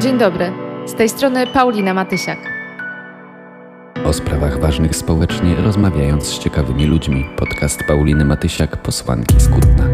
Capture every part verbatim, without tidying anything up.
Dzień dobry, z tej strony Paulina Matysiak. O sprawach ważnych społecznie rozmawiając z ciekawymi ludźmi. Podcast Pauliny Matysiak, posłanki z Kutna.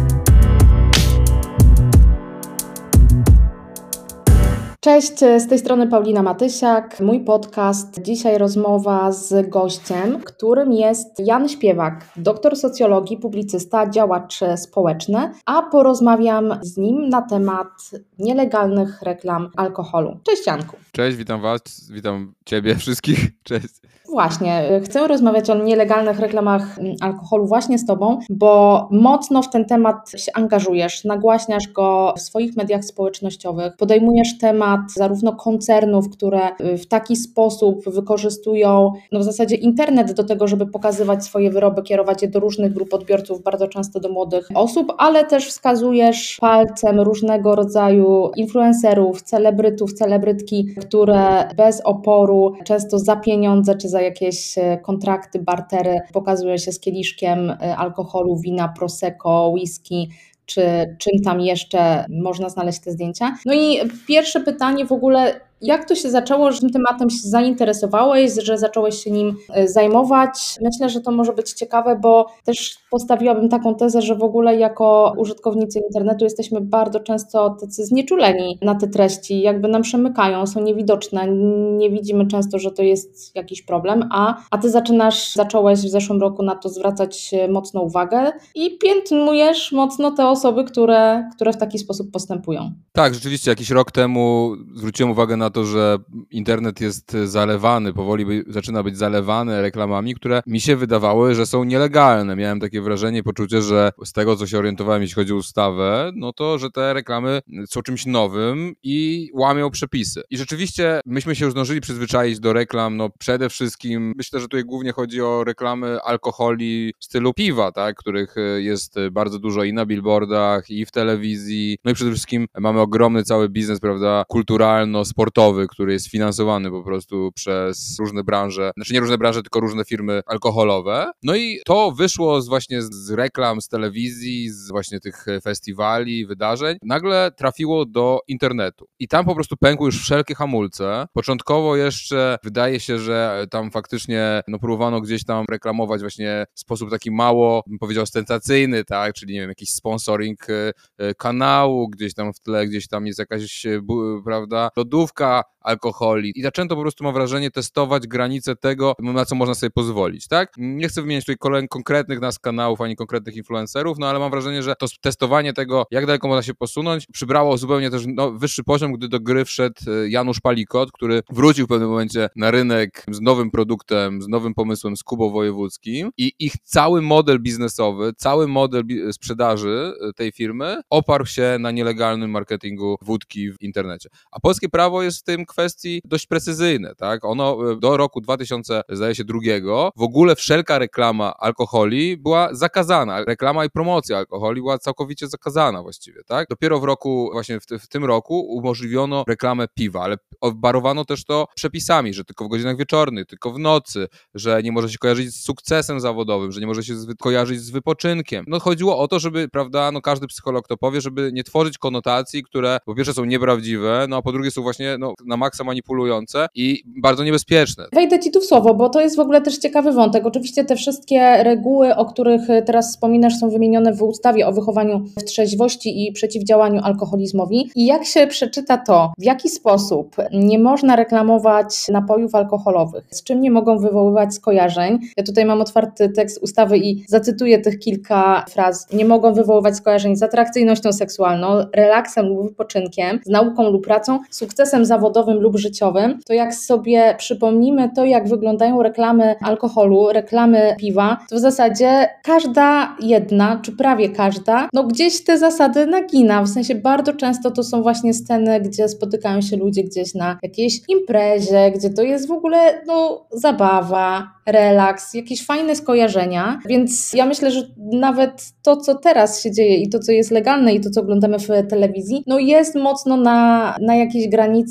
Cześć, z tej strony Paulina Matysiak, mój podcast. Dzisiaj rozmowa z gościem, którym jest Jan Śpiewak, doktor socjologii, publicysta, działacz społeczny, a porozmawiam z nim na temat nielegalnych reklam alkoholu. Cześć Janku. Cześć, witam Was, witam Ciebie wszystkich, cześć. Właśnie, chcę rozmawiać o nielegalnych reklamach alkoholu właśnie z Tobą, bo mocno w ten temat się angażujesz, nagłaśniasz go w swoich mediach społecznościowych, podejmujesz temat zarówno koncernów, które w taki sposób wykorzystują no w zasadzie internet do tego, żeby pokazywać swoje wyroby, kierować je do różnych grup odbiorców, bardzo często do młodych osób, ale też wskazujesz palcem różnego rodzaju influencerów, celebrytów, celebrytki, które bez oporu, często za pieniądze czy za jakieś kontrakty, bartery pokazują się z kieliszkiem alkoholu, wina, prosecco, whisky, czy czym tam jeszcze można znaleźć te zdjęcia. No i pierwsze pytanie w ogóle, jak to się zaczęło, że tym tematem się zainteresowałeś, że zacząłeś się nim zajmować? Myślę, że to może być ciekawe, bo też postawiłabym taką tezę, że w ogóle jako użytkownicy internetu jesteśmy bardzo często tacy znieczuleni na te treści, jakby nam przemykają, są niewidoczne, nie widzimy często, że to jest jakiś problem, a, a ty zaczynasz, zacząłeś w zeszłym roku na to zwracać mocno uwagę i piętnujesz mocno te osoby, które, które w taki sposób postępują. Tak, rzeczywiście jakiś rok temu zwróciłem uwagę na to, że internet jest zalewany, powoli by, zaczyna być zalewany reklamami, które mi się wydawały, że są nielegalne. Miałem takie wrażenie, poczucie, że z tego, co się orientowałem, jeśli chodzi o ustawę, no to, że te reklamy są czymś nowym i łamią przepisy. I rzeczywiście myśmy się już zdążyli przyzwyczaić do reklam, no przede wszystkim, myślę, że tutaj głównie chodzi o reklamy alkoholi w stylu piwa, tak, których jest bardzo dużo i na billboardach, i w telewizji, no i przede wszystkim mamy ogromny cały biznes, prawda, kulturalno-sportowy, który jest finansowany po prostu przez różne branże, znaczy nie różne branże, tylko różne firmy alkoholowe. No i to wyszło z właśnie z reklam, z telewizji, z właśnie tych festiwali, wydarzeń, nagle trafiło do internetu. I tam po prostu pękły już wszelkie hamulce. Początkowo jeszcze wydaje się, że tam faktycznie no, próbowano gdzieś tam reklamować właśnie w sposób taki mało, bym powiedział, sensacyjny, tak, czyli nie wiem, jakiś sponsoring kanału, gdzieś tam w tle, gdzieś tam jest jakaś, prawda, lodówka alkoholi i zaczęto po prostu, mam wrażenie, testować granice tego, na co można sobie pozwolić, tak? Nie chcę wymieniać tutaj konkretnych nas kanałów, ani konkretnych influencerów, no ale mam wrażenie, że to testowanie tego, jak daleko można się posunąć, przybrało zupełnie też no, wyższy poziom, gdy do gry wszedł Janusz Palikot, który wrócił w pewnym momencie na rynek z nowym produktem, z nowym pomysłem z Kubą Wojewódzkim i ich cały model biznesowy, cały model sprzedaży tej firmy oparł się na nielegalnym marketingu wódki w internecie. A polskie prawo jest w tym kwestii dość precyzyjne, tak? Ono do roku dwa tysiące drugiego w ogóle wszelka reklama alkoholi była zakazana. Reklama i promocja alkoholi była całkowicie zakazana właściwie, tak? Dopiero w roku, właśnie w, w tym roku umożliwiono reklamę piwa, ale obbarowano też to przepisami, że tylko w godzinach wieczornych, tylko w nocy, że nie może się kojarzyć z sukcesem zawodowym, że nie może się z, kojarzyć z wypoczynkiem. No chodziło o to, żeby, prawda, no każdy psycholog to powie, żeby nie tworzyć konotacji, które po pierwsze są nieprawdziwe, no a po drugie są właśnie no, na maksa manipulujące i bardzo niebezpieczne. Wejdę Ci tu w słowo, bo to jest w ogóle też ciekawy wątek. Oczywiście te wszystkie reguły, o których teraz wspominasz, są wymienione w ustawie o wychowaniu w trzeźwości i przeciwdziałaniu alkoholizmowi. I jak się przeczyta to, w jaki sposób nie można reklamować napojów alkoholowych, z czym nie mogą wywoływać skojarzeń. Ja tutaj mam otwarty tekst ustawy i zacytuję tych kilka fraz. Nie mogą wywoływać skojarzeń z atrakcyjnością seksualną, relaksem lub wypoczynkiem, z nauką lub pracą, sukcesem zawodowym lub życiowym, to jak sobie przypomnimy to, jak wyglądają reklamy alkoholu, reklamy piwa, to w zasadzie każda jedna, czy prawie każda, no gdzieś te zasady nagina, w sensie bardzo często to są właśnie sceny, gdzie spotykają się ludzie gdzieś na jakiejś imprezie, gdzie to jest w ogóle no zabawa, relaks, jakieś fajne skojarzenia, więc ja myślę, że nawet to, co teraz się dzieje i to, co jest legalne i to, co oglądamy w telewizji, no jest mocno na, na jakiejś granicy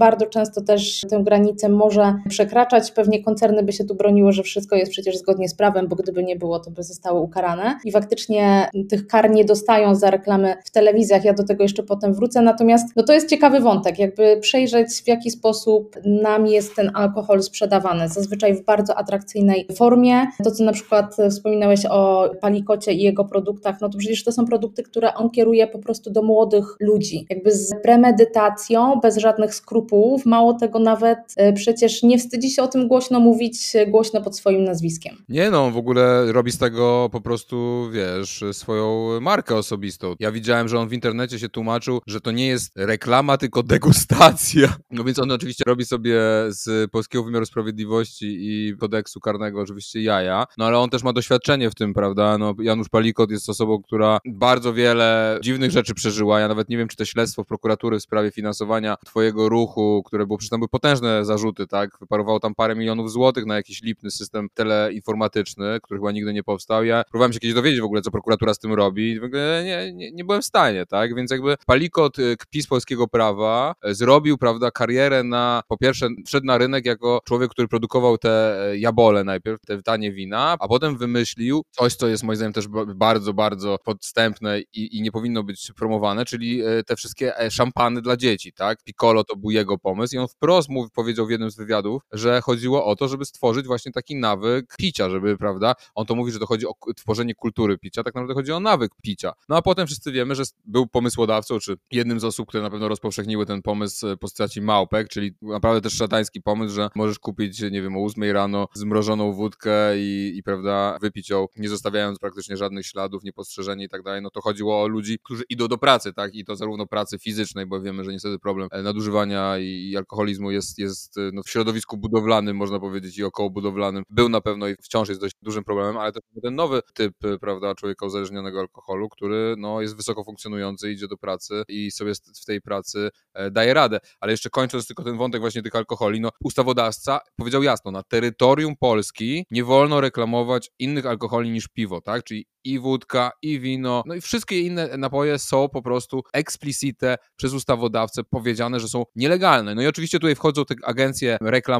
bardzo często też tę granicę może przekraczać. Pewnie koncerny by się tu broniły, że wszystko jest przecież zgodnie z prawem, bo gdyby nie było, to by zostały ukarane. I faktycznie tych kar nie dostają za reklamy w telewizjach. Ja do tego jeszcze potem wrócę. Natomiast no to jest ciekawy wątek, jakby przejrzeć, w jaki sposób nam jest ten alkohol sprzedawany. Zazwyczaj w bardzo atrakcyjnej formie. To, co na przykład wspominałeś o Palikocie i jego produktach, no to przecież to są produkty, które on kieruje po prostu do młodych ludzi. Jakby z premedytacją, bez żadnych skrupułów. Mało tego, nawet przecież nie wstydzi się o tym głośno mówić, głośno pod swoim nazwiskiem. Nie no, w ogóle robi z tego po prostu, wiesz, swoją markę osobistą. Ja widziałem, że on w internecie się tłumaczył, że to nie jest reklama, tylko degustacja. No więc on oczywiście robi sobie z polskiego wymiaru sprawiedliwości i kodeksu karnego oczywiście jaja, no ale on też ma doświadczenie w tym, prawda? No Janusz Palikot jest osobą, która bardzo wiele dziwnych rzeczy przeżyła. Ja nawet nie wiem, czy to śledztwo prokuratury w sprawie finansowania twojego ruchu, które było, przecież tam były potężne zarzuty, tak? Wyparowało tam parę milionów złotych na jakiś lipny system teleinformatyczny, który chyba nigdy nie powstał. Ja próbowałem się kiedyś dowiedzieć w ogóle, co prokuratura z tym robi i w ogóle nie, nie, nie byłem w stanie, tak? Więc jakby Palikot kpi z polskiego prawa, zrobił, prawda, karierę na, po pierwsze wszedł na rynek jako człowiek, który produkował te jabole najpierw, te tanie wina, a potem wymyślił coś, co jest moim zdaniem też bardzo, bardzo podstępne i, i nie powinno być promowane, czyli te wszystkie szampany dla dzieci, tak? Piccolo to był jego pomysł i on wprost mówi, powiedział w jednym z wywiadów, że chodziło o to, żeby stworzyć właśnie taki nawyk picia, żeby, prawda, on to mówi, że to chodzi o tworzenie kultury picia, tak naprawdę chodzi o nawyk picia. No a potem wszyscy wiemy, że był pomysłodawcą, czy jednym z osób, które na pewno rozpowszechniły ten pomysł w postaci małpek, czyli naprawdę też szatański pomysł, że możesz kupić, nie wiem, o ósmej rano zmrożoną wódkę i, i prawda, wypić ją, nie zostawiając praktycznie żadnych śladów, niepostrzeżenie i tak dalej. No to chodziło o ludzi, którzy idą do pracy, tak, i to zarówno pracy fizycznej, bo wiemy, że niestety problem nadużywania i, i alkoholizmu jest, jest no, w środowisku budowlanym, można powiedzieć, i około budowlanym był na pewno i wciąż jest dość dużym problemem, ale też ten nowy typ, prawda, człowieka uzależnionego alkoholu, który no, jest wysoko funkcjonujący, idzie do pracy i sobie w tej pracy daje radę. Ale jeszcze kończąc tylko ten wątek właśnie tych alkoholi, no ustawodawca powiedział jasno, na terytorium Polski nie wolno reklamować innych alkoholi niż piwo, tak? Czyli i wódka, i wino, no i wszystkie inne napoje są po prostu explicite przez ustawodawcę powiedziane, że są nielegalne. No i oczywiście tutaj wchodzą te agencje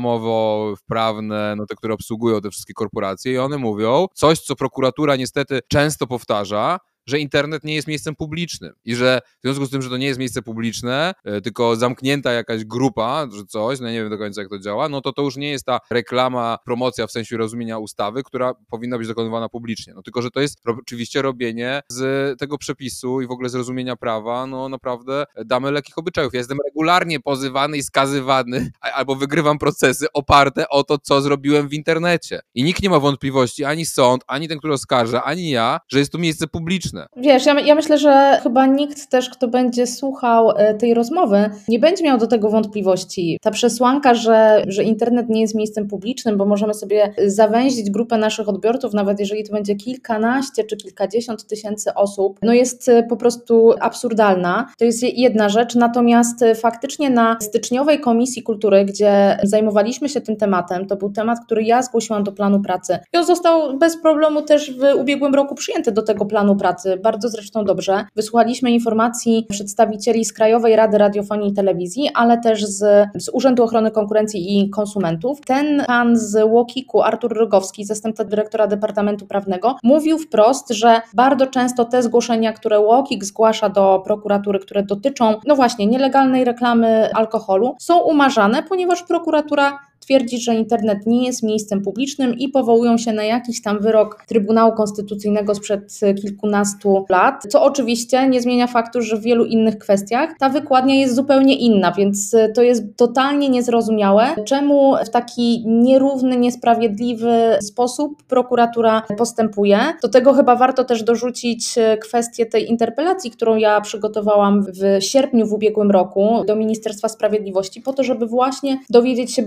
reklamowo-wprawne, no te, które obsługują te wszystkie korporacje i one mówią coś, co prokuratura niestety często powtarza, że internet nie jest miejscem publicznym i że w związku z tym, że to nie jest miejsce publiczne, tylko zamknięta jakaś grupa, że coś, no nie wiem do końca jak to działa, no to to już nie jest ta reklama, promocja w sensie rozumienia ustawy, która powinna być dokonywana publicznie. No tylko, że to jest oczywiście robienie z tego przepisu i w ogóle z rozumienia prawa, no naprawdę damy lekkich obyczajów. Ja jestem regularnie pozywany i skazywany, albo wygrywam procesy oparte o to, co zrobiłem w internecie. I nikt nie ma wątpliwości, ani sąd, ani ten, który oskarża, ani ja, że jest to miejsce publiczne. Wiesz, ja, ja myślę, że chyba nikt też, kto będzie słuchał tej rozmowy, nie będzie miał do tego wątpliwości. Ta przesłanka, że, że internet nie jest miejscem publicznym, bo możemy sobie zawęzić grupę naszych odbiorców, nawet jeżeli to będzie kilkanaście czy kilkadziesiąt tysięcy osób, no jest po prostu absurdalna. To jest jedna rzecz, natomiast faktycznie na styczniowej Komisji Kultury, gdzie zajmowaliśmy się tym tematem, to był temat, który ja zgłosiłam do planu pracy i on został bez problemu też w ubiegłym roku przyjęty do tego planu pracy. Bardzo zresztą dobrze. Wysłuchaliśmy informacji przedstawicieli z Krajowej Rady Radiofonii i Telewizji, ale też z, z Urzędu Ochrony Konkurencji i Konsumentów. Ten pan z Łokiku, Artur Rogowski, zastępca dyrektora Departamentu Prawnego, mówił wprost, że bardzo często te zgłoszenia, które Łokik zgłasza do prokuratury, które dotyczą, no właśnie, nielegalnej reklamy alkoholu, są umarzane, ponieważ prokuratura twierdzi, że internet nie jest miejscem publicznym i powołują się na jakiś tam wyrok Trybunału Konstytucyjnego sprzed kilkunastu lat, co oczywiście nie zmienia faktu, że w wielu innych kwestiach ta wykładnia jest zupełnie inna, więc to jest totalnie niezrozumiałe, czemu w taki nierówny, niesprawiedliwy sposób prokuratura postępuje. Do tego chyba warto też dorzucić kwestię tej interpelacji, którą ja przygotowałam w sierpniu w ubiegłym roku do Ministerstwa Sprawiedliwości, po to, żeby właśnie dowiedzieć się bardzo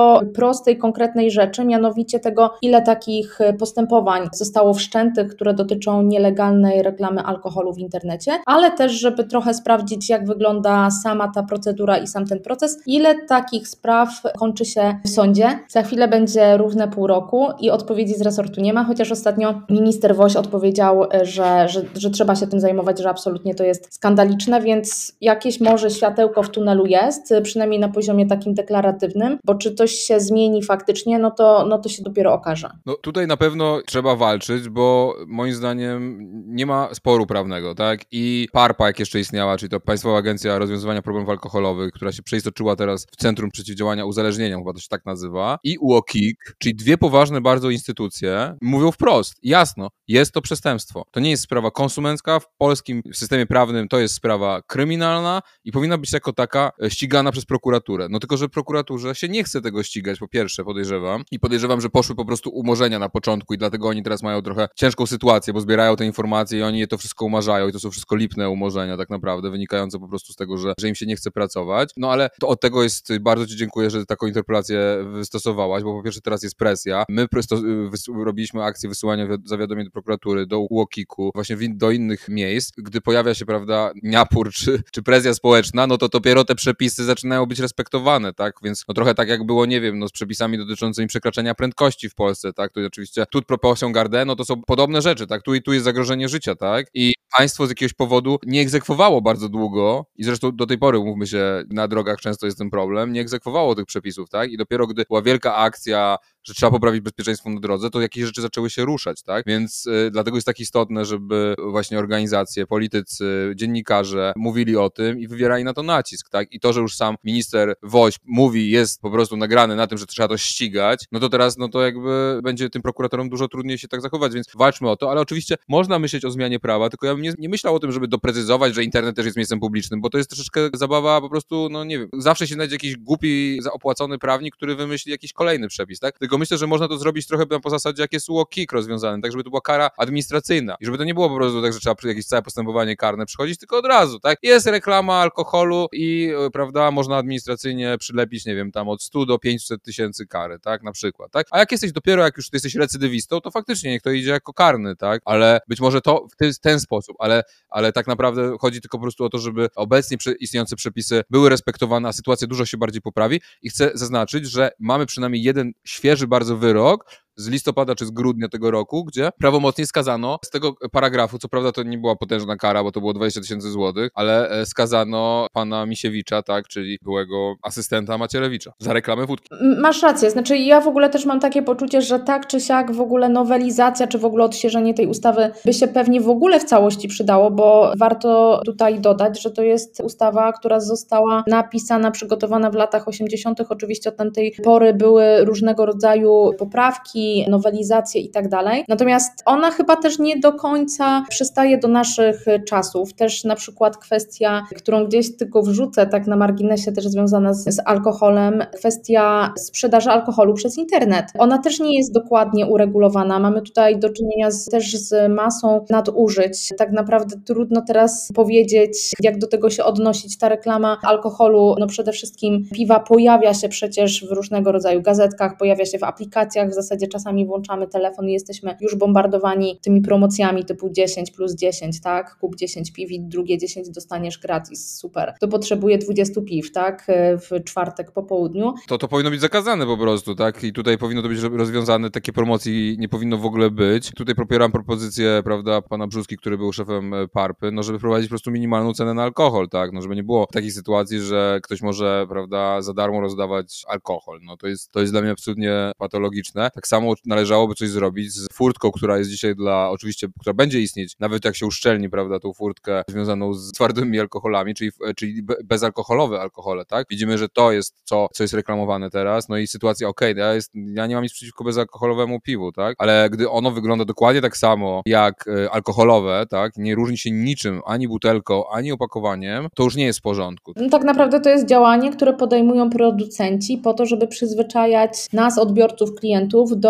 bardzo prostej, konkretnej rzeczy, mianowicie tego, ile takich postępowań zostało wszczętych, które dotyczą nielegalnej reklamy alkoholu w internecie, ale też, żeby trochę sprawdzić, jak wygląda sama ta procedura i sam ten proces, ile takich spraw kończy się w sądzie. Za chwilę będzie równe pół roku i odpowiedzi z resortu nie ma, chociaż ostatnio minister Woś odpowiedział, że, że, że trzeba się tym zajmować, że absolutnie to jest skandaliczne, więc jakieś może światełko w tunelu jest, przynajmniej na poziomie takim deklaratywnym, bo czy coś się zmieni faktycznie, no to, no to się dopiero okaże. No tutaj na pewno trzeba walczyć, bo moim zdaniem nie ma sporu prawnego, tak? I PARPA, jak jeszcze istniała, czyli to Państwowa Agencja Rozwiązywania Problemów Alkoholowych, która się przeistoczyła teraz w Centrum Przeciwdziałania Uzależnieniom, chyba to się tak nazywa, i U O K I K, czyli dwie poważne bardzo instytucje, mówią wprost, jasno, jest to przestępstwo. To nie jest sprawa konsumencka, w polskim systemie prawnym to jest sprawa kryminalna i powinna być jako taka ścigana przez prokuraturę. No tylko, że prokuraturze się nie chce tego ścigać, po pierwsze podejrzewam, i podejrzewam, że poszły po prostu umorzenia na początku i dlatego oni teraz mają trochę ciężką sytuację, bo zbierają te informacje i oni je to wszystko umarzają i to są wszystko lipne umorzenia tak naprawdę, wynikające po prostu z tego, że, że im się nie chce pracować. No ale to od tego jest, bardzo Ci dziękuję, że taką interpelację wystosowałaś, bo po pierwsze teraz jest presja. My robiliśmy akcję wysyłania zawiadomień do prokuratury, do U O K I K-u, właśnie do innych miejsc. Gdy pojawia się, prawda, niapór czy, czy presja społeczna, no to dopiero te przepisy zaczynają być respektowane, tak? Więc no trochę tak jak było, nie wiem, no z przepisami dotyczącymi przekraczania prędkości w Polsce, tak? To oczywiście toute proportion gardée, no to są podobne rzeczy, tak? Tu i tu jest zagrożenie życia, tak? I państwo z jakiegoś powodu nie egzekwowało bardzo długo i zresztą do tej pory, umówmy się, na drogach często jest ten problem, nie egzekwowało tych przepisów, tak? I dopiero gdy była wielka akcja, że trzeba poprawić bezpieczeństwo na drodze, to jakieś rzeczy zaczęły się ruszać, tak? Więc y, dlatego jest tak istotne, żeby właśnie organizacje, politycy, dziennikarze mówili o tym i wywierali na to nacisk, tak? I to, że już sam minister Woś mówi, jest po prostu nagrany na tym, że trzeba to ścigać, no to teraz, no to jakby będzie tym prokuratorom dużo trudniej się tak zachować, więc walczmy o to, ale oczywiście można myśleć o zmianie prawa, tylko ja bym nie, nie myślał o tym, żeby doprecyzować, że internet też jest miejscem publicznym, bo to jest troszeczkę zabawa po prostu, no nie wiem, zawsze się znajdzie jakiś głupi, zaopłacony prawnik, który wymyśli jakiś kolejny przepis, tak? Tylko myślę, że można to zrobić trochę po zasadzie, jak jest U O K I K rozwiązane, tak żeby to była kara administracyjna i żeby to nie było po prostu tak, że trzeba jakieś całe postępowanie karne przychodzić, tylko od razu, tak? Jest reklama alkoholu i, prawda, można administracyjnie przylepić, nie wiem, tam od stu do pięciuset tysięcy kary, tak? Na przykład, tak? A jak jesteś dopiero, jak już ty jesteś recydywistą, to faktycznie niech to idzie jako karny, tak? Ale być może to w ten, ten sposób, ale, ale tak naprawdę chodzi tylko po prostu o to, żeby obecnie istniejące przepisy były respektowane, a sytuacja dużo się bardziej poprawi i chcę zaznaczyć, że mamy przynajmniej jeden świeży bardzo wyrok z listopada czy z grudnia tego roku, gdzie prawomocnie skazano z tego paragrafu, co prawda to nie była potężna kara, bo to było dwadzieścia tysięcy złotych, ale skazano pana Misiewicza, tak, czyli byłego asystenta Macierewicza za reklamę wódki. Masz rację, znaczy ja w ogóle też mam takie poczucie, że tak czy siak w ogóle nowelizacja, czy w ogóle odświeżenie tej ustawy by się pewnie w ogóle w całości przydało, bo warto tutaj dodać, że to jest ustawa, która została napisana, przygotowana w latach osiemdziesiątych. Oczywiście od tamtej pory były różnego rodzaju poprawki, nowelizacje i tak dalej. Natomiast ona chyba też nie do końca przystaje do naszych czasów. Też na przykład kwestia, którą gdzieś tylko wrzucę, tak na marginesie też związana z, z alkoholem, kwestia sprzedaży alkoholu przez internet. Ona też nie jest dokładnie uregulowana. Mamy tutaj do czynienia z, też z masą nadużyć. Tak naprawdę trudno teraz powiedzieć, jak do tego się odnosić. Ta reklama alkoholu, no przede wszystkim piwa pojawia się przecież w różnego rodzaju gazetkach, pojawia się w aplikacjach, w zasadzie czasami włączamy telefon i jesteśmy już bombardowani tymi promocjami typu dziesięć plus dziesięć, tak? Kup dziesięć piw i drugie dziesięć dostaniesz gratis, super. To potrzebuje dwadzieścia piw, tak? W czwartek po południu. To to powinno być zakazane po prostu, tak? I tutaj powinno to być rozwiązane, takie promocji nie powinno w ogóle być. Tutaj popieram propozycję, prawda, pana Brzuski, który był szefem PARPy, no żeby prowadzić po prostu minimalną cenę na alkohol, tak? No żeby nie było takiej sytuacji, że ktoś może, prawda, za darmo rozdawać alkohol. No to jest, to jest dla mnie absolutnie patologiczne. Tak samo należałoby coś zrobić z furtką, która jest dzisiaj dla, oczywiście, która będzie istnieć, nawet jak się uszczelni, prawda, tą furtkę związaną z twardymi alkoholami, czyli, czyli bezalkoholowe alkohole, tak? Widzimy, że to jest co, co jest reklamowane teraz, no i sytuacja, okej, okay, ja, jest, ja nie mam nic przeciwko bezalkoholowemu piwu, tak? Ale gdy ono wygląda dokładnie tak samo jak y, alkoholowe, tak? Nie różni się niczym, ani butelką, ani opakowaniem, to już nie jest w porządku. No tak naprawdę to jest działanie, które podejmują producenci po to, żeby przyzwyczajać nas, odbiorców, klientów do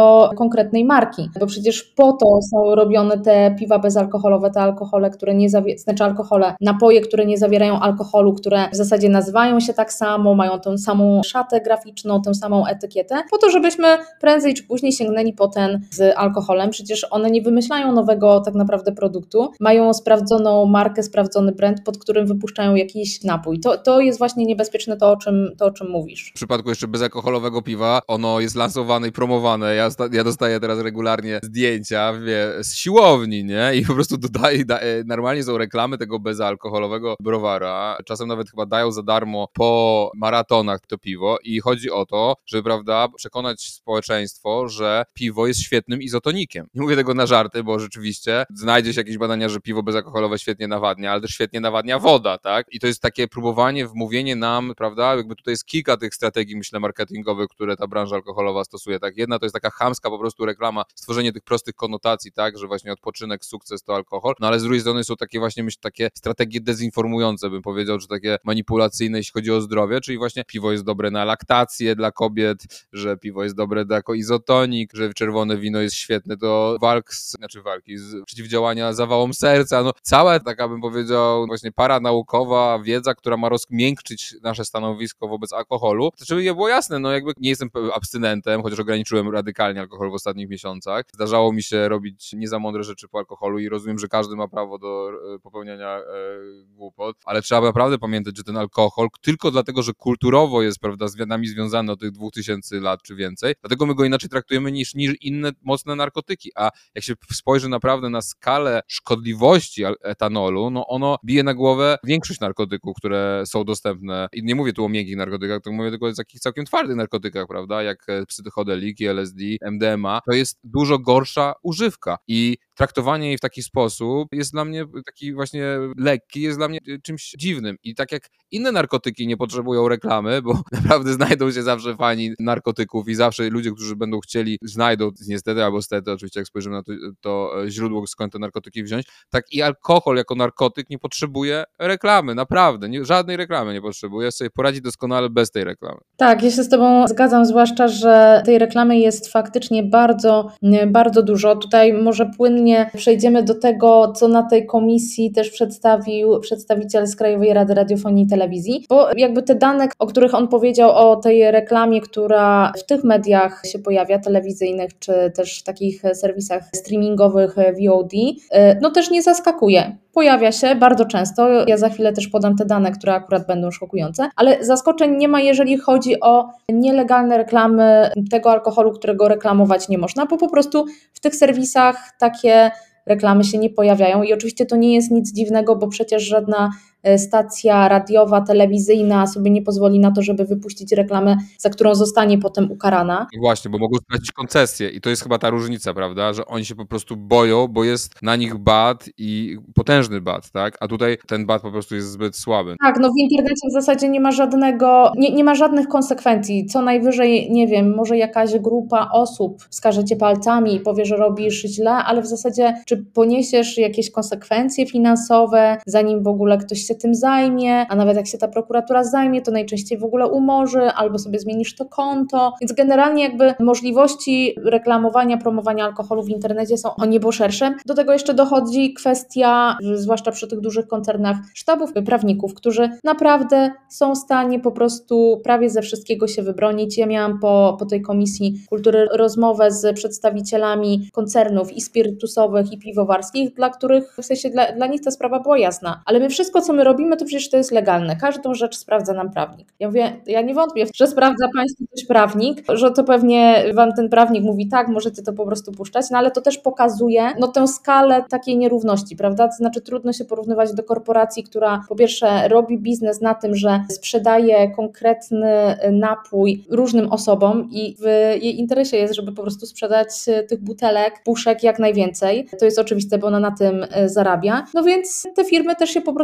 do konkretnej marki, bo przecież po to są robione te piwa bezalkoholowe, te alkohole, które nie zawierają, znaczy alkohole, napoje, które nie zawierają alkoholu, które w zasadzie nazywają się tak samo, mają tę samą szatę graficzną, tę samą etykietę, po to, żebyśmy prędzej czy później sięgnęli po ten z alkoholem. Przecież one nie wymyślają nowego tak naprawdę produktu, mają sprawdzoną markę, sprawdzony brand, pod którym wypuszczają jakiś napój. To, to jest właśnie niebezpieczne to, o czym, to, o czym mówisz. W przypadku jeszcze bezalkoholowego piwa, ono jest lansowane i promowane. Ja, ja dostaję teraz regularnie zdjęcia, wie, z siłowni, nie? I po prostu dodaję, da, normalnie są reklamy tego bezalkoholowego browara. Czasem nawet chyba dają za darmo po maratonach to piwo i chodzi o to, żeby, prawda, przekonać społeczeństwo, że piwo jest świetnym izotonikiem. Nie mówię tego na żarty, bo rzeczywiście znajdzie się jakieś badania, że piwo bezalkoholowe świetnie nawadnia, ale też świetnie nawadnia woda, tak? I to jest takie próbowanie, wmówienie nam, prawda, jakby tutaj jest kilka tych strategii, myślę, marketingowych, które ta branża alkoholowa stosuje, tak? Jedna to jest taka chamska po prostu reklama, stworzenie tych prostych konotacji, tak, że właśnie odpoczynek, sukces to alkohol, no ale z drugiej strony są takie właśnie, myślę, takie strategie dezinformujące, bym powiedział, czy takie manipulacyjne, jeśli chodzi o zdrowie, czyli właśnie piwo jest dobre na laktację dla kobiet, że piwo jest dobre jako izotonik, że czerwone wino jest świetne do walk, z, znaczy walki, z przeciwdziałania zawałom serca, no cała taka, bym powiedział, właśnie paranaukowa wiedza, która ma rozmiękczyć nasze stanowisko wobec alkoholu. To żeby nie było jasne, no jakby nie jestem abstynentem, chociaż ograniczyłem radykalnie alkohol w ostatnich miesiącach. Zdarzało mi się robić nie za mądre rzeczy po alkoholu i rozumiem, że każdy ma prawo do popełniania e, głupot, ale trzeba naprawdę pamiętać, że ten alkohol tylko dlatego, że kulturowo jest, prawda, z nami związany od tych dwóch tysięcy lat czy więcej, dlatego my go inaczej traktujemy niż, niż inne mocne narkotyki, a jak się spojrzy naprawdę na skalę szkodliwości etanolu, no ono bije na głowę większość narkotyków, które są dostępne. I nie mówię tu o miękkich narkotykach, to mówię tylko o takich całkiem twardych narkotykach, prawda, jak psychodeliki, L S D, M D M A. To jest dużo gorsza używka i traktowanie jej w taki sposób jest dla mnie taki właśnie lekki, jest dla mnie czymś dziwnym. I tak jak inne narkotyki nie potrzebują reklamy, bo naprawdę znajdą się zawsze fani narkotyków i zawsze ludzie, którzy będą chcieli, znajdą niestety albo stety, oczywiście jak spojrzymy na to, to źródło, skąd te narkotyki wziąć, tak i alkohol jako narkotyk nie potrzebuje reklamy, naprawdę, nie, żadnej reklamy nie potrzebuje, sobie poradzi doskonale bez tej reklamy. Tak, ja się z Tobą zgadzam, zwłaszcza, że tej reklamy jest faktycznie bardzo, bardzo dużo. Tutaj może płynnie przejdziemy do tego, co na tej komisji też przedstawił przedstawiciel z Krajowej Rady Radiofonii i Telewizji, bo jakby te dane, o których on powiedział, o tej reklamie, która w tych mediach się pojawia, telewizyjnych, czy też w takich serwisach streamingowych V O D, no też nie zaskakuje. Pojawia się bardzo często, ja za chwilę też podam te dane, które akurat będą szokujące, ale zaskoczeń nie ma, jeżeli chodzi o nielegalne reklamy tego alkoholu, którego reklamować nie można, bo po prostu w tych serwisach takie reklamy się nie pojawiają i oczywiście to nie jest nic dziwnego, bo przecież żadna stacja radiowa, telewizyjna sobie nie pozwoli na to, żeby wypuścić reklamę, za którą zostanie potem ukarana. Właśnie, bo mogą stracić koncesję i to jest chyba ta różnica, prawda, że oni się po prostu boją, bo jest na nich bat i potężny bat, tak, a tutaj ten bat po prostu jest zbyt słaby. Tak, no w internecie w zasadzie nie ma żadnego, nie, nie ma żadnych konsekwencji, co najwyżej, nie wiem, może jakaś grupa osób wskaże cię palcami i powie, że robisz źle, ale w zasadzie czy poniesiesz jakieś konsekwencje finansowe, zanim w ogóle ktoś się tym zajmie, a nawet jak się ta prokuratura zajmie, to najczęściej w ogóle umorzy, albo sobie zmienisz to konto, więc generalnie jakby możliwości reklamowania, promowania alkoholu w internecie są o niebo szersze. Do tego jeszcze dochodzi kwestia, zwłaszcza przy tych dużych koncernach, sztabów prawników, którzy naprawdę są w stanie po prostu prawie ze wszystkiego się wybronić. Ja miałam po, po tej Komisji Kultury rozmowę z przedstawicielami koncernów i spirytusowych, i piwowarskich, dla których, w sensie dla, dla nich ta sprawa była jasna, ale my wszystko, co my robimy, to przecież to jest legalne. Każdą rzecz sprawdza nam prawnik. Ja mówię, ja nie wątpię, że sprawdza Państwu coś prawnik, że to pewnie Wam ten prawnik mówi tak, możecie to po prostu puszczać, no ale to też pokazuje no tę skalę takiej nierówności, prawda? To znaczy trudno się porównywać do korporacji, która po pierwsze robi biznes na tym, że sprzedaje konkretny napój różnym osobom i w jej interesie jest, żeby po prostu sprzedać tych butelek, puszek jak najwięcej. To jest oczywiste, bo ona na tym zarabia. No więc te firmy też się po prostu świetnie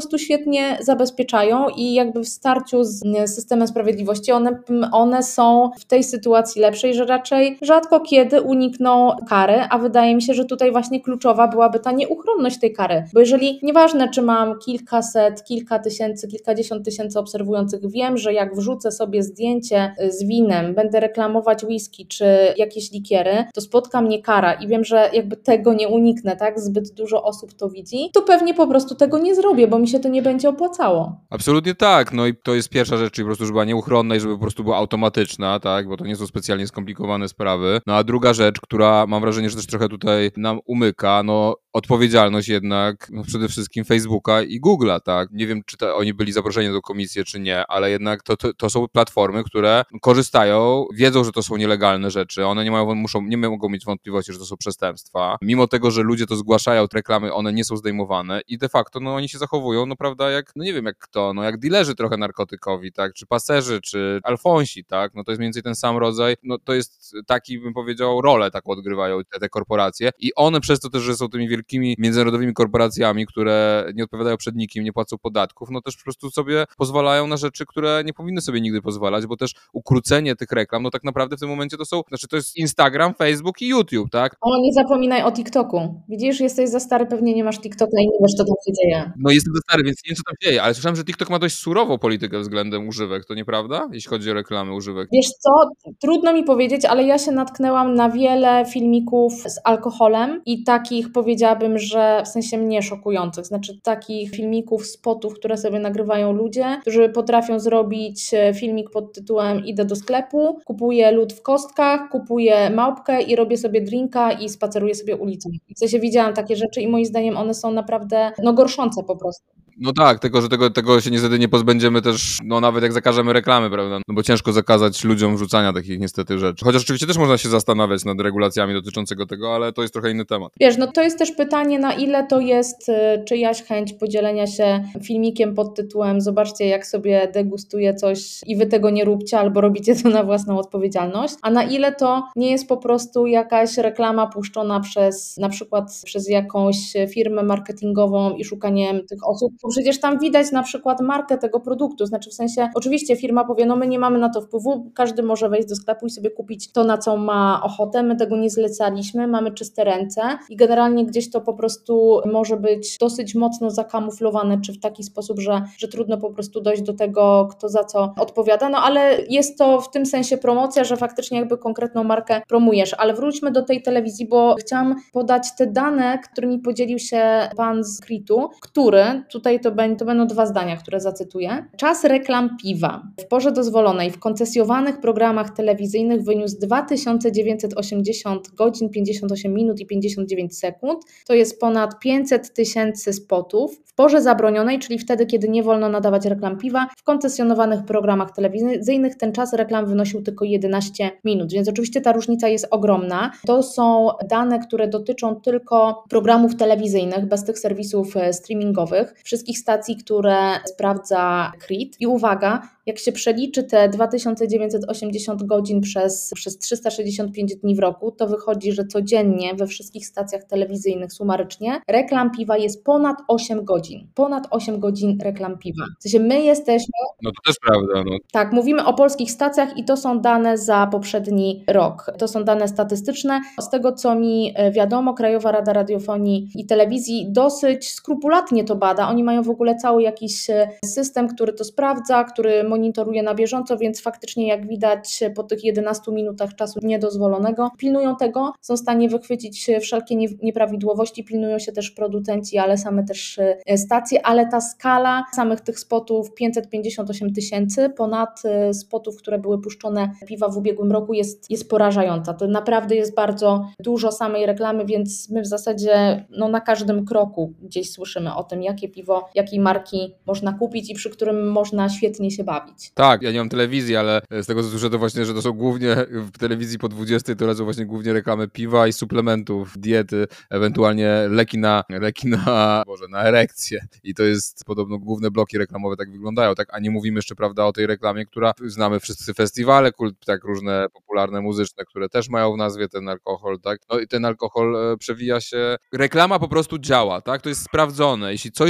świetnie zabezpieczają i jakby w starciu z systemem sprawiedliwości one, one są w tej sytuacji lepszej, że raczej rzadko kiedy unikną kary, a wydaje mi się, że tutaj właśnie kluczowa byłaby ta nieuchronność tej kary, bo jeżeli nieważne, czy mam kilkaset, kilka tysięcy, kilkadziesiąt tysięcy obserwujących, wiem, że jak wrzucę sobie zdjęcie z winem, będę reklamować whisky czy jakieś likiery, to spotka mnie kara i wiem, że jakby tego nie uniknę, tak? Zbyt dużo osób to widzi, to pewnie po prostu tego nie zrobię, bo mi się to nie będzie opłacało. Absolutnie tak, no i to jest pierwsza rzecz, czyli po prostu, żeby była nieuchronna i żeby po prostu była automatyczna, tak? Bo to nie są specjalnie skomplikowane sprawy. No a druga rzecz, która mam wrażenie, że też trochę tutaj nam umyka, no odpowiedzialność jednak no przede wszystkim Facebooka i Google'a, tak? Nie wiem, czy to oni byli zaproszeni do komisji, czy nie, ale jednak to, to, to są platformy, które korzystają, wiedzą, że to są nielegalne rzeczy, one nie mają, muszą, nie mogą mieć wątpliwości, że to są przestępstwa. Mimo tego, że ludzie to zgłaszają, te reklamy, one nie są zdejmowane i de facto, no oni się zachowują, no prawda, jak, no nie wiem jak kto, no jak dilerzy trochę narkotykowi, tak? Czy paserzy, czy alfonsi, tak? No to jest mniej więcej ten sam rodzaj, no to jest taki, bym powiedział, rolę taką odgrywają te, te korporacje i one przez to też, że są tymi wielkimi międzynarodowymi korporacjami, które nie odpowiadają przed nikim, nie płacą podatków, no też po prostu sobie pozwalają na rzeczy, które nie powinny sobie nigdy pozwalać, bo też ukrócenie tych reklam, no tak naprawdę w tym momencie to są, znaczy to jest Instagram, Facebook i YouTube, tak? O, nie zapominaj o TikToku. Widzisz, jesteś za stary, pewnie nie masz TikToka i nie wiesz, co tam się dzieje. No jestem za stary, więc nie wiem, co tam dzieje, ale słyszałem, że TikTok ma dość surową politykę względem używek, to nieprawda? Jeśli chodzi o reklamy używek. Wiesz co, trudno mi powiedzieć, ale ja się natknęłam na wiele filmików z alkoholem i takich, powiedziałabym, że w sensie mnie szokujących, znaczy takich filmików, spotów, które sobie nagrywają ludzie, którzy potrafią zrobić filmik pod tytułem idę do sklepu, kupuję lód w kostkach, kupuję małpkę i robię sobie drinka i spaceruję sobie ulicą. W sensie widziałam takie rzeczy i moim zdaniem one są naprawdę no gorszące po prostu. No tak, tylko że tego, tego się niestety nie pozbędziemy też, no nawet jak zakażemy reklamy, prawda? No bo ciężko zakazać ludziom wrzucania takich niestety rzeczy. Chociaż oczywiście też można się zastanawiać nad regulacjami dotyczącego tego, ale to jest trochę inny temat. Wiesz, no to jest też pytanie, na ile to jest y, czyjaś chęć podzielenia się filmikiem pod tytułem zobaczcie, jak sobie degustuję coś i wy tego nie róbcie, albo robicie to na własną odpowiedzialność, a na ile to nie jest po prostu jakaś reklama puszczona przez na przykład przez jakąś firmę marketingową i szukaniem tych osób, bo przecież tam widać na przykład markę tego produktu, znaczy w sensie, oczywiście firma powie, no my nie mamy na to wpływu, każdy może wejść do sklepu i sobie kupić to, na co ma ochotę, my tego nie zlecaliśmy, mamy czyste ręce i generalnie gdzieś to po prostu może być dosyć mocno zakamuflowane, czy w taki sposób, że, że trudno po prostu dojść do tego, kto za co odpowiada, no ale jest to w tym sensie promocja, że faktycznie jakby konkretną markę promujesz, ale wróćmy do tej telewizji, bo chciałam podać te dane, którymi podzielił się pan z Kritu, który, tutaj to, będzie, to będą dwa zdania, które zacytuję. Czas reklam piwa w porze dozwolonej w koncesjowanych programach telewizyjnych wyniósł dwa tysiące dziewięćset osiemdziesiąt godzin, pięćdziesiąt osiem minut i pięćdziesiąt dziewięć sekund. To jest ponad pięćset tysięcy spotów. W porze zabronionej, czyli wtedy, kiedy nie wolno nadawać reklam piwa, w koncesjonowanych programach telewizyjnych ten czas reklam wynosił tylko jedenaście minut, więc oczywiście ta różnica jest ogromna. To są dane, które dotyczą tylko programów telewizyjnych, bez tych serwisów streamingowych, wszystkich stacji, które sprawdza Krit. I uwaga, jak się przeliczy te dwa tysiące dziewięćset osiemdziesiąt godzin przez, przez trzysta sześćdziesiąt pięć dni w roku, to wychodzi, że codziennie we wszystkich stacjach telewizyjnych sumarycznie reklam piwa jest ponad osiem godzin. Ponad osiem godzin reklam piwa. W sensie my jesteśmy... No to też prawda. No. Tak, mówimy o polskich stacjach i to są dane za poprzedni rok. To są dane statystyczne. Z tego, co mi wiadomo, Krajowa Rada Radiofonii i Telewizji dosyć skrupulatnie to bada. Oni mają w ogóle cały jakiś system, który to sprawdza, który monitoruje na bieżąco, więc faktycznie jak widać po tych jedenastu minutach czasu niedozwolonego, pilnują tego, są w stanie wychwycić wszelkie nieprawidłowości, pilnują się też producenci, ale same też stacje, ale ta skala samych tych spotów, pięćset pięćdziesiąt osiem tysięcy ponad spotów, które były puszczone piwa w ubiegłym roku jest, jest porażająca. To naprawdę jest bardzo dużo samej reklamy, więc my w zasadzie no, na każdym kroku gdzieś słyszymy o tym, jakie piwo, jakiej marki można kupić i przy którym można świetnie się bawić. Tak, ja nie mam telewizji, ale z tego co słyszę to właśnie, że to są głównie w telewizji po dwudziestej to lecą właśnie głównie reklamy piwa i suplementów, diety, ewentualnie leki na, leki na, Boże, na erekcję. I to jest podobno główne bloki reklamowe tak wyglądają, tak? A nie mówimy jeszcze, prawda, o tej reklamie, która znamy wszyscy festiwale, kult, tak różne popularne muzyczne, które też mają w nazwie ten alkohol, tak? No i ten alkohol e, przewija się, reklama po prostu działa, tak? To jest sprawdzone. Jeśli coś zobaczysz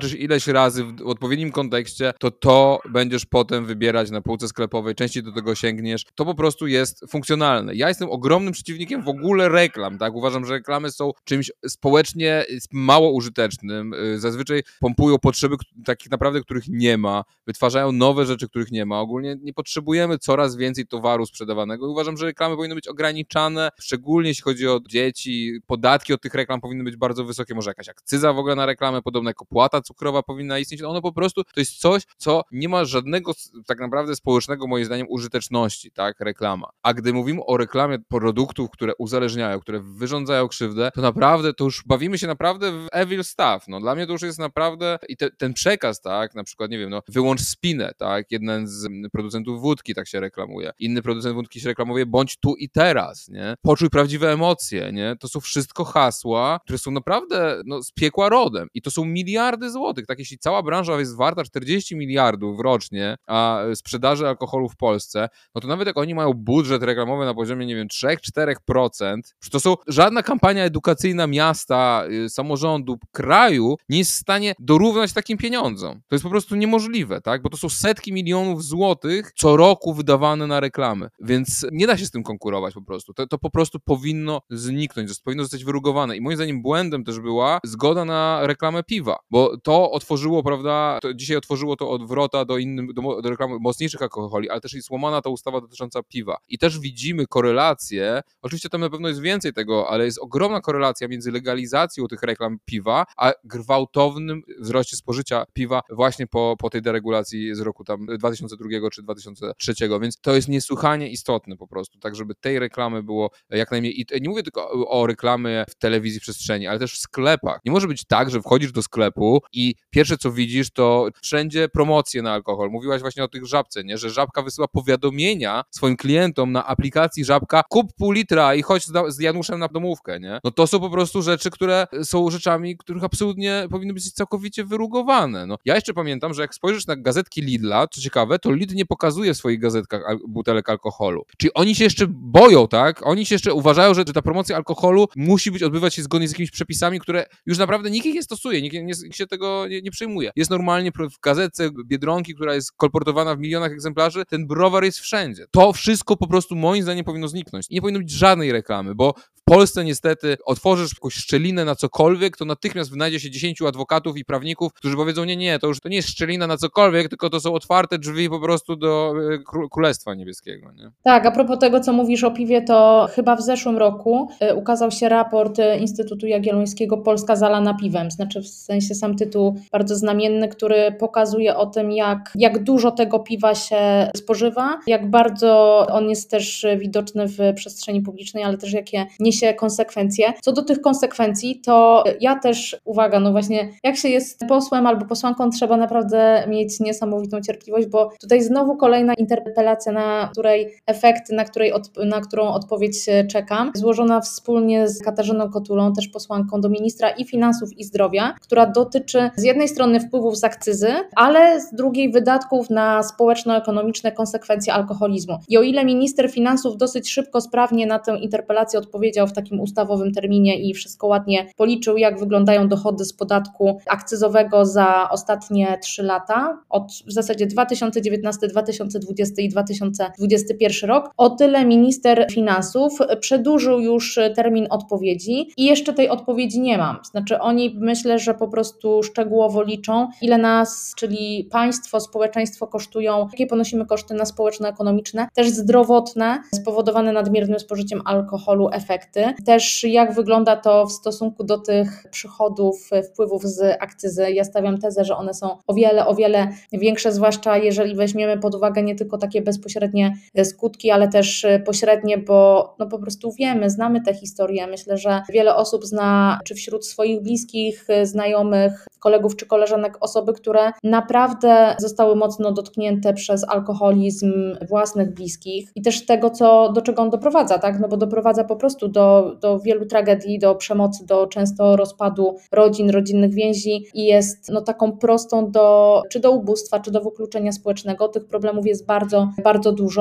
zobaczysz ileś razy w odpowiednim kontekście, to to będziesz potem wybierać na półce sklepowej, częściej do tego sięgniesz. To po prostu jest funkcjonalne. Ja jestem ogromnym przeciwnikiem w ogóle reklam, tak? Uważam, że reklamy są czymś społecznie mało użytecznym. Zazwyczaj pompują potrzeby takich naprawdę, których nie ma. Wytwarzają nowe rzeczy, których nie ma. Ogólnie nie potrzebujemy coraz więcej towaru sprzedawanego i uważam, że reklamy powinny być ograniczane, szczególnie jeśli chodzi o dzieci. Podatki od tych reklam powinny być bardzo wysokie. Może jakaś akcyza w ogóle na reklamę, podobna jak opłata cukrowa powinna istnieć. Ono po prostu to jest coś, co nie ma żadnego tak naprawdę społecznego, moim zdaniem, użyteczności, tak? Reklama. A gdy mówimy o reklamie produktów, które uzależniają, które wyrządzają krzywdę, to naprawdę, to już bawimy się naprawdę w evil stuff. No, dla mnie to już jest naprawdę i te, ten przekaz, tak? Na przykład, nie wiem, no, wyłącz spinę, tak? Jeden z producentów wódki tak się reklamuje. Inny producent wódki się reklamuje, bądź tu i teraz, nie? Poczuj prawdziwe emocje, nie? To są wszystko hasła, które są naprawdę, no, z piekła rodem i to są miliardy złotych, tak? Jeśli cała branża jest warta czterdzieści miliardów rocznie, a sprzedaży alkoholu w Polsce, no to nawet jak oni mają budżet reklamowy na poziomie, nie wiem, trzy do czterech procent, to są żadna kampania edukacyjna miasta, samorządu, kraju nie jest w stanie dorównać takim pieniądzom. To jest po prostu niemożliwe, tak? Bo to są setki milionów złotych co roku wydawane na reklamy, więc nie da się z tym konkurować po prostu. To, to po prostu powinno zniknąć, powinno zostać wyrugowane i moim zdaniem błędem też była zgoda na reklamę piwa, bo to otworzyło, prawda, to dzisiaj otworzyło to od wrota do innym, do, do reklamy mocniejszych alkoholi, ale też i złamana ta ustawa dotycząca piwa. I też widzimy korelację, oczywiście tam na pewno jest więcej tego, ale jest ogromna korelacja między legalizacją tych reklam piwa, a gwałtownym wzroście spożycia piwa właśnie po, po tej deregulacji z roku tam dwa tysiące drugiego czy dwa tysiące trzeciego, więc to jest niesłychanie istotne po prostu, tak żeby tej reklamy było jak najmniej. I nie mówię tylko o, o reklamie w telewizji przestrzeni, ale też w sklepach. Nie może być tak, że wchodzisz do sklepu i pierwsze co widzisz to wszędzie promocje na alkohol. Mówiłaś właśnie o tych Żabce, nie? Że Żabka wysyła powiadomienia swoim klientom na aplikacji Żabka, kup pół litra i chodź z, z Januszem na domówkę, nie? No to są po prostu rzeczy, które są rzeczami, których absolutnie powinny być całkowicie wyrugowane. No, ja jeszcze pamiętam, że jak spojrzysz na gazetki Lidla, co ciekawe, to Lidl nie pokazuje w swoich gazetkach al- butelek alkoholu. Czyli oni się jeszcze boją, tak? Oni się jeszcze uważają, że ta promocja alkoholu musi być, odbywać się zgodnie z jakimiś przepisami, które już naprawdę nikt ich nie stosuje, nikt, nie, nikt się tego nie, nie przejmuje. Jest normalnie w gazetce Biedronki, która jest kolportowana w milionach egzemplarzy, ten browar jest wszędzie. To wszystko po prostu moim zdaniem powinno zniknąć. I nie powinno być żadnej reklamy, bo w Polsce niestety otworzysz jakąś szczelinę na cokolwiek, to natychmiast wynajdzie się dziesięciu adwokatów i prawników, którzy powiedzą, nie, nie, to już to nie jest szczelina na cokolwiek, tylko to są otwarte drzwi po prostu do Królestwa Niebieskiego. Nie? Tak, a propos tego, co mówisz o piwie, to chyba w zeszłym roku ukazał się raport Instytutu Jagiellońskiego Polska zalana piwem, znaczy w sensie sam tytuł bardzo znamienny, który pokazuje o tym, jak, jak dużo tego piwa się spożywa, jak bardzo on jest też widoczny w przestrzeni publicznej, ale też jakie niesie konsekwencje. Co do tych konsekwencji, to ja też, uwaga, no właśnie, jak się jest posłem albo posłanką, trzeba naprawdę mieć niesamowitą cierpliwość, bo tutaj znowu kolejna interpelacja, na której efekty, na, której od, na którą odpowiedź czekam, złożona wspólnie z Katarzyną Kotulą, też posłanką do ministra i finansów i zdrowia, która dotyczy z jednej strony wpływów z akcyzy, ale z drugiej wydatków na społeczno-ekonomiczne konsekwencje alkoholizmu. I o ile minister finansów dosyć szybko, sprawnie na tę interpelację odpowiedział w takim ustawowym terminie i wszystko ładnie policzył, jak wyglądają dochody z podatku akcyzowego za ostatnie trzy lata, od w zasadzie dwa tysiące dziewiętnasty, dwa tysiące dwudziesty i dwa tysiące dwudziesty pierwszy rok, o tyle minister finansów przedłużył już termin odpowiedzi i jeszcze tej odpowiedzi nie mam. Znaczy oni, myślę, że po prostu szczegółowo liczą, ile nas, czyli państwo, społeczeństwo kosztują, jakie ponosimy koszty na społeczno-ekonomiczne, też zdrowotne, spowodowane nadmiernym spożyciem alkoholu, efekty. Też jak wygląda to w stosunku do tych przychodów, wpływów z akcyzy. Ja stawiam tezę, że one są o wiele, o wiele większe, zwłaszcza jeżeli weźmiemy pod uwagę nie tylko takie bezpośrednie skutki, ale też pośrednie, bo no po prostu wiemy, znamy te historie. Myślę, że wiele osób zna, czy wśród swoich bliskich, znajomych, kolegów czy koleżanek, osoby, które naprawdę zostały mocno dotknięte przez alkoholizm własnych bliskich i też tego, co, do czego on doprowadza, tak? No bo doprowadza po prostu do, do wielu tragedii, do przemocy, do często rozpadu rodzin, rodzinnych więzi i jest no taką prostą do, czy do ubóstwa, czy do wykluczenia społecznego. Tych problemów jest bardzo, bardzo dużo.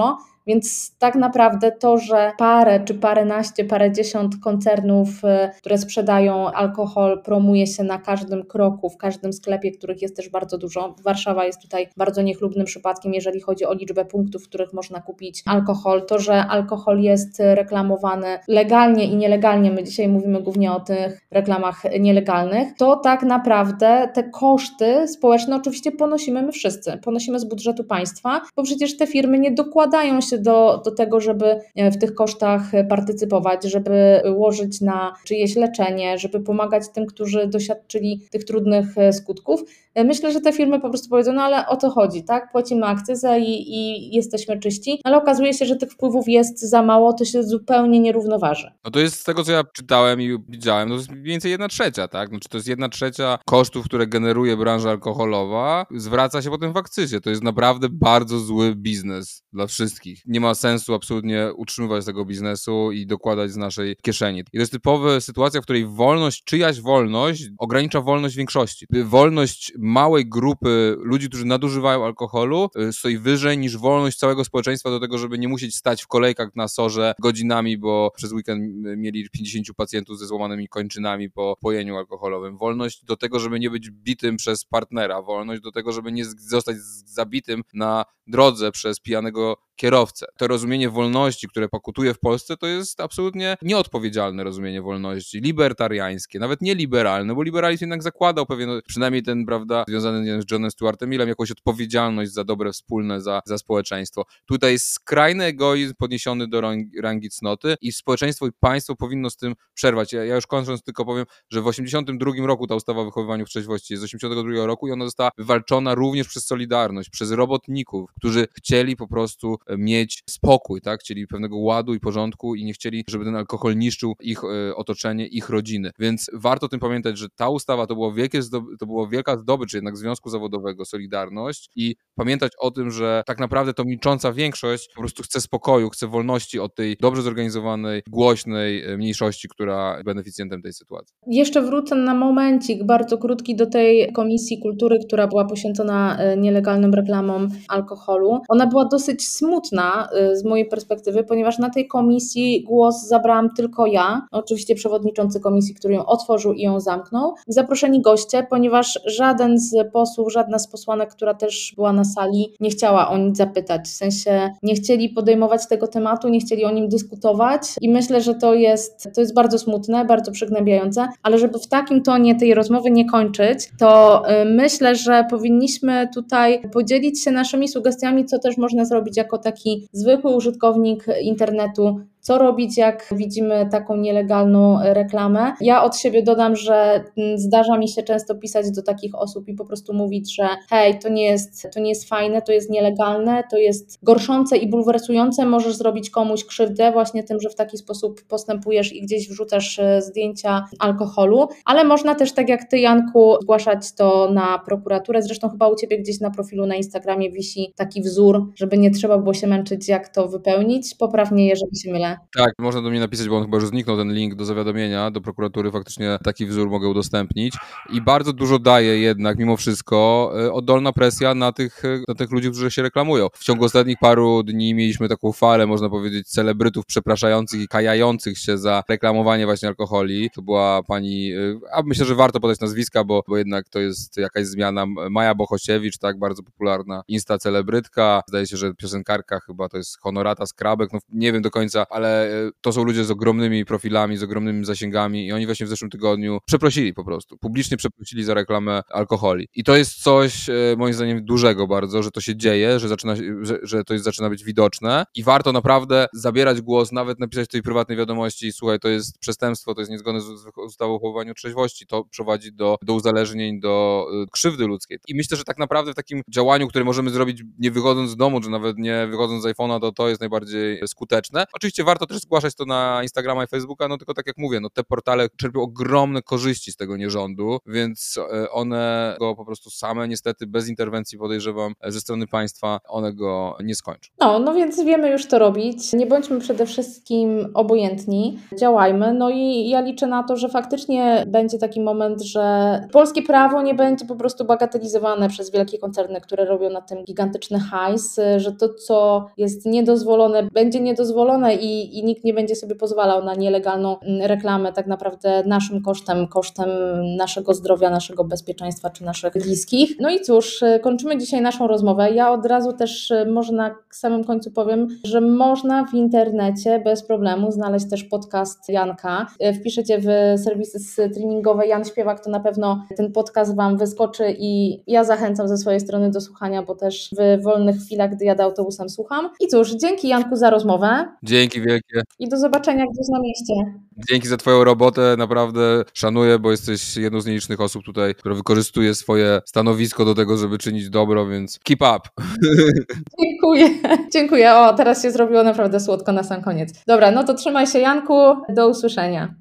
Więc tak naprawdę to, że parę czy paręnaście, parędziesiąt koncernów, które sprzedają alkohol, promuje się na każdym kroku, w każdym sklepie, których jest też bardzo dużo. Warszawa jest tutaj bardzo niechlubnym przypadkiem, jeżeli chodzi o liczbę punktów, w których można kupić alkohol. To, że alkohol jest reklamowany legalnie i nielegalnie, my dzisiaj mówimy głównie o tych reklamach nielegalnych, to tak naprawdę te koszty społeczne oczywiście ponosimy my wszyscy. Ponosimy z budżetu państwa, bo przecież te firmy nie dokładają się do, do tego, żeby w tych kosztach partycypować, żeby łożyć na czyjeś leczenie, żeby pomagać tym, którzy doświadczyli tych trudnych skutków. Myślę, że te firmy po prostu powiedzą, no ale o to chodzi, tak? Płacimy akcyzę i, i jesteśmy czyści, ale okazuje się, że tych wpływów jest za mało, to się zupełnie nie równoważy. No to jest z tego, co ja czytałem i widziałem, to jest mniej więcej jedna trzecia, tak? Znaczy to jest jedna trzecia kosztów, które generuje branża alkoholowa, zwraca się potem w akcyzie. To jest naprawdę bardzo zły biznes dla wszystkich. Nie ma sensu absolutnie utrzymywać tego biznesu i dokładać z naszej kieszeni. I to jest typowa sytuacja, w której wolność, czyjaś wolność ogranicza wolność większości. Wolność małej grupy ludzi, którzy nadużywają alkoholu, stoi wyżej niż wolność całego społeczeństwa do tego, żeby nie musieć stać w kolejkach na sorze godzinami, bo przez weekend mieli pięćdziesięciu pacjentów ze złamanymi kończynami po pojeniu alkoholowym. Wolność do tego, żeby nie być bitym przez partnera. Wolność do tego, żeby nie zostać zabitym na drodze przez pijanego kierowcę. To rozumienie wolności, które pokutuje w Polsce, to jest absolutnie nieodpowiedzialne rozumienie wolności, libertariańskie, nawet nie liberalne, bo liberalizm jednak zakładał pewien, przynajmniej ten, prawda, związany nie wiem, z Johnem Stuartem Millem, jakąś odpowiedzialność za dobre wspólne, za, za społeczeństwo. Tutaj jest skrajny egoizm podniesiony do rangi, rangi cnoty i społeczeństwo i państwo powinno z tym przerwać. Ja, ja już kończąc tylko powiem, że w osiemdziesiątym drugim roku ta ustawa o wychowywaniu w trzeźwości jest z osiemdziesiątego drugiego roku i ona została wywalczona również przez Solidarność, przez robotników, którzy chcieli po prostu mieć spokój, tak? Chcieli pewnego ładu i porządku i nie chcieli, żeby ten alkohol niszczył ich e, otoczenie, ich rodziny. Więc warto o tym pamiętać, że ta ustawa to było wielkie zdoby- to była wielka zdobycz jednak Związku Zawodowego, Solidarność i pamiętać o tym, że tak naprawdę to milcząca większość po prostu chce spokoju, chce wolności od tej dobrze zorganizowanej, głośnej mniejszości, która beneficjentem tej sytuacji. Jeszcze wrócę na momencik, bardzo krótki, do tej Komisji Kultury, która była poświęcona nielegalnym reklamom alkoholu. Ona była dosyć smutna z mojej perspektywy, ponieważ na tej komisji głos zabrałam tylko ja, oczywiście przewodniczący komisji, który ją otworzył i ją zamknął, i zaproszeni goście, ponieważ żaden z posłów, żadna z posłanek, która też była na sali, nie chciała o nic zapytać, w sensie nie chcieli podejmować tego tematu, nie chcieli o nim dyskutować i myślę, że to jest, to jest bardzo smutne, bardzo przygnębiające, ale żeby w takim tonie tej rozmowy nie kończyć, to myślę, że powinniśmy tutaj podzielić się naszymi sugestiami, co też można zrobić jako taki zwykły użytkownik internetu, co robić, jak widzimy taką nielegalną reklamę. Ja od siebie dodam, że zdarza mi się często pisać do takich osób i po prostu mówić, że hej, to nie jest, to nie jest fajne, to jest nielegalne, to jest gorszące i bulwersujące, możesz zrobić komuś krzywdę właśnie tym, że w taki sposób postępujesz i gdzieś wrzucasz zdjęcia alkoholu, ale można też, tak jak Ty, Janku, zgłaszać to na prokuraturę. Zresztą chyba u Ciebie gdzieś na profilu na Instagramie wisi taki wzór, żeby nie trzeba było się męczyć, jak to wypełnić. Popraw mnie, jeżeli się mylę. Tak, można do mnie napisać, bo on chyba już zniknął, ten link do zawiadomienia, do prokuratury, faktycznie taki wzór mogę udostępnić i bardzo dużo daje jednak mimo wszystko oddolna presja na tych, na tych ludzi, którzy się reklamują. W ciągu ostatnich paru dni mieliśmy taką falę, można powiedzieć, celebrytów przepraszających i kajających się za reklamowanie właśnie alkoholi. To była pani, a myślę, że warto podać nazwiska, bo, bo jednak to jest jakaś zmiana, Maja Bohosiewicz, tak, bardzo popularna insta celebrytka, zdaje się, że piosenkarka chyba to jest Honorata Skrabek, no nie wiem do końca, ale to są ludzie z ogromnymi profilami, z ogromnymi zasięgami i oni właśnie w zeszłym tygodniu przeprosili po prostu, publicznie przeprosili za reklamę alkoholi. I to jest coś moim zdaniem dużego bardzo, że to się dzieje, że, zaczyna, że, że to jest, zaczyna być widoczne i warto naprawdę zabierać głos, nawet napisać w tej prywatnej wiadomości, słuchaj, to jest przestępstwo, to jest niezgodne z ustawą o chowaniu trzeźwości, to prowadzi do, do uzależnień, do krzywdy ludzkiej. I myślę, że tak naprawdę w takim działaniu, które możemy zrobić nie wychodząc z domu, czy nawet nie wychodząc z iPhone'a, to to jest najbardziej skuteczne. Oczywiście warto też zgłaszać to na Instagrama i Facebooka, no tylko tak jak mówię, no te portale czerpią ogromne korzyści z tego nierządu, więc one go po prostu same niestety bez interwencji, podejrzewam, ze strony państwa, one go nie skończą. No, no więc wiemy już to robić. Nie bądźmy przede wszystkim obojętni, działajmy. No i ja liczę na to, że faktycznie będzie taki moment, że polskie prawo nie będzie po prostu bagatelizowane przez wielkie koncerny, które robią na tym gigantyczny hajs, że to, co jest niedozwolone, będzie niedozwolone i, i nikt nie będzie sobie pozwalał na nielegalną reklamę tak naprawdę naszym kosztem, kosztem naszego zdrowia, naszego bezpieczeństwa czy naszych bliskich. No i cóż, kończymy dzisiaj naszą rozmowę. Ja od razu też może na samym końcu powiem, że można w internecie bez problemu znaleźć też podcast Janka. Wpiszecie w serwisy streamingowe Jan Śpiewak, to na pewno ten podcast Wam wyskoczy i ja zachęcam ze swojej strony do słuchania, bo też w wolnych chwilach, gdy jadę autobusem, słucham. I cóż, dzięki Janku za rozmowę. Dzięki wielkie. I do zobaczenia gdzieś na mieście. Dzięki za Twoją robotę, naprawdę szanuję, bo jesteś jedną z nielicznych osób tutaj, która wykorzystuje swoje stanowisko do tego, żeby czynić dobro, więc keep up. Dziękuję, dziękuję. O, teraz się zrobiło naprawdę słodko na sam koniec. Dobra, no to trzymaj się, Janku, do usłyszenia.